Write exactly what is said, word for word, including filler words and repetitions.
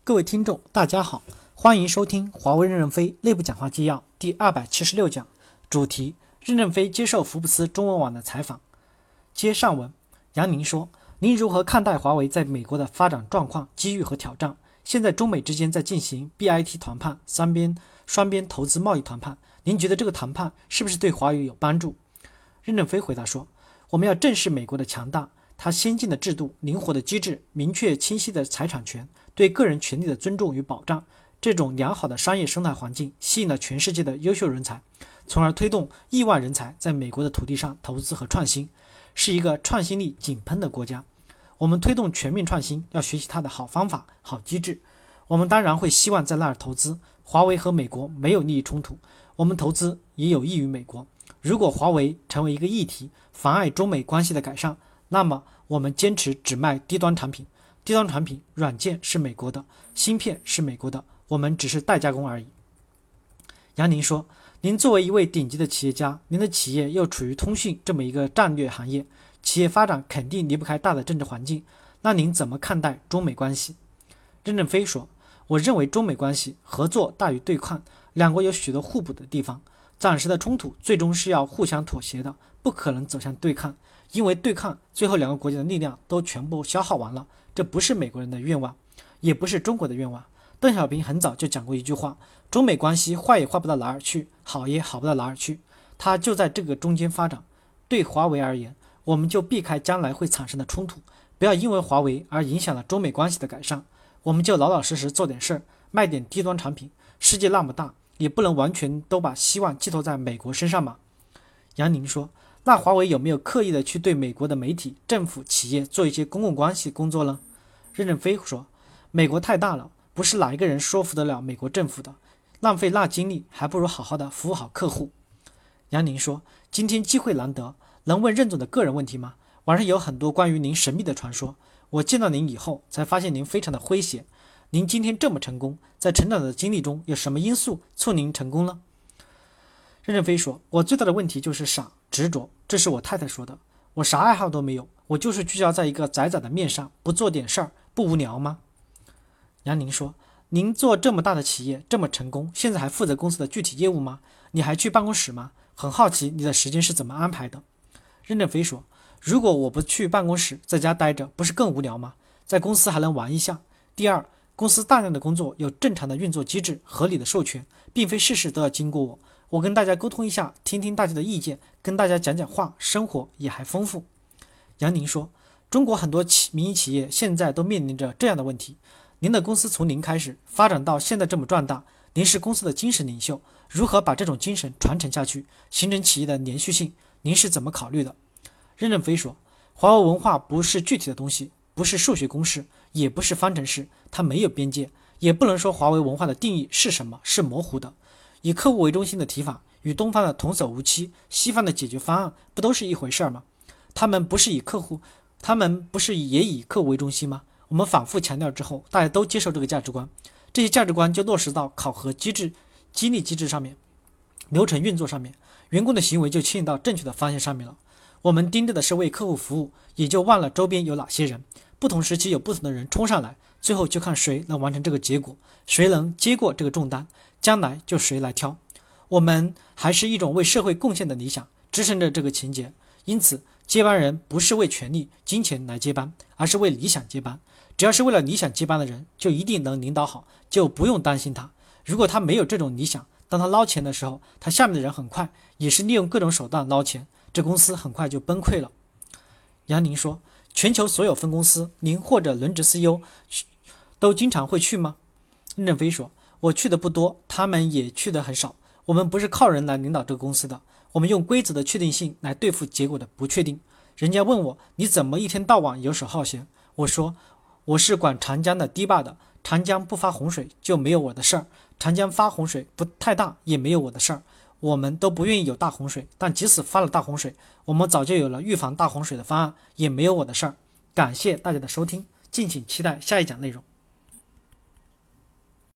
各位听众，大家好，欢迎收听华为任正非内部讲话纪要第二百七十六讲，主题：任正非接受福布斯中文网的采访。接上文，杨宁说：“您如何看待华为在美国的发展状况、机遇和挑战？现在中美之间在进行 B I T 谈判、三边、双边投资贸易谈判，您觉得这个谈判是不是对华为有帮助？”任正非回答说：“我们要正视美国的强大。”它先进的制度、灵活的机制、明确清晰的财产权、对个人权利的尊重与保障，这种良好的商业生态环境吸引了全世界的优秀人才，从而推动亿万人才在美国的土地上投资和创新，是一个创新力井喷的国家。我们推动全面创新，要学习它的好方法、好机制。我们当然会希望在那儿投资。华为和美国没有利益冲突，我们投资也有益于美国。如果华为成为一个议题，妨碍中美关系的改善，那么我们坚持只卖低端产品，低端产品软件是美国的，芯片是美国的，我们只是代加工而已。杨宁说：“您作为一位顶级的企业家，您的企业又处于通讯这么一个战略行业，企业发展肯定离不开大的政治环境，那您怎么看待中美关系？”任正非说：“我认为中美关系合作大于对抗，两国有许多互补的地方，暂时的冲突最终是要互相妥协的，不可能走向对抗。因为对抗，最后两个国家的力量都全部消耗完了，这不是美国人的愿望，也不是中国的愿望。邓小平很早就讲过一句话：中美关系坏也坏不到哪儿去，好也好不到哪儿去，它就在这个中间发展。对华为而言，我们就避开将来会产生的冲突，不要因为华为而影响了中美关系的改善，我们就老老实实做点事儿，卖点低端产品。世界那么大，也不能完全都把希望寄托在美国身上嘛。”杨宁说：“那华为有没有刻意的去对美国的媒体、政府、企业做一些公共关系工作呢？”任正非说：“美国太大了，不是哪一个人说服得了美国政府的，浪费那精力，还不如好好的服务好客户。”杨宁说：“今天机会难得，能问任总的个人问题吗？网上有很多关于您神秘的传说，我见到您以后才发现您非常的诙谐。您今天这么成功，在成长的经历中有什么因素促您成功呢？”任正非说：“我最大的问题就是傻、执着，这是我太太说的。我啥爱好都没有，我就是聚焦在一个窄窄的面上，不做点事儿，不无聊吗？”杨宁说：“您做这么大的企业，这么成功，现在还负责公司的具体业务吗？你还去办公室吗？很好奇你的时间是怎么安排的？”任正非说：“如果我不去办公室，在家待着，不是更无聊吗？在公司还能玩一下。第二，公司大量的工作有正常的运作机制，合理的授权，并非事事都要经过我。我跟大家沟通一下，听听大家的意见，跟大家讲讲话，生活也还丰富。”杨宁说：“中国很多企民营企业现在都面临着这样的问题。您的公司从零开始发展到现在这么壮大，您是公司的精神领袖，如何把这种精神传承下去，形成企业的连续性，您是怎么考虑的？”任正非说：“华为文化不是具体的东西，不是数学公式，也不是方程式，它没有边界，也不能说华为文化的定义是什么，是模糊的。以客户为中心的提法与东方的童叟无欺、西方的解决方案不都是一回事吗？他们不是以客户，他们不是也以客户为中心吗？我们反复强调之后，大家都接受这个价值观，这些价值观就落实到考核机制、激励机制上面，流程运作上面，员工的行为就牵引到正确的方向上面了。我们盯着的是为客户服务，也就忘了周边有哪些人，不同时期有不同的人冲上来，最后就看谁能完成这个结果，谁能接过这个重担，将来就谁来挑。我们还是一种为社会贡献的理想支撑着这个情节，因此接班人不是为权力、金钱来接班，而是为理想接班。只要是为了理想接班的人，就一定能领导好，就不用担心他。如果他没有这种理想，当他捞钱的时候，他下面的人很快也是利用各种手段捞钱，这公司很快就崩溃了。杨宁说：“全球所有分公司，您或者轮值 C E O 都经常会去吗？”任正非说：“我去的不多，他们也去的很少。我们不是靠人来领导这个公司的，我们用规则的确定性来对付结果的不确定。人家问我你怎么一天到晚游手好闲，我说我是管长江的堤坝的，长江不发洪水就没有我的事儿，长江发洪水不太大也没有我的事儿。我们都不愿意有大洪水，但即使发了大洪水，我们早就有了预防大洪水的方案，也没有我的事儿。”感谢大家的收听，敬请期待下一讲内容。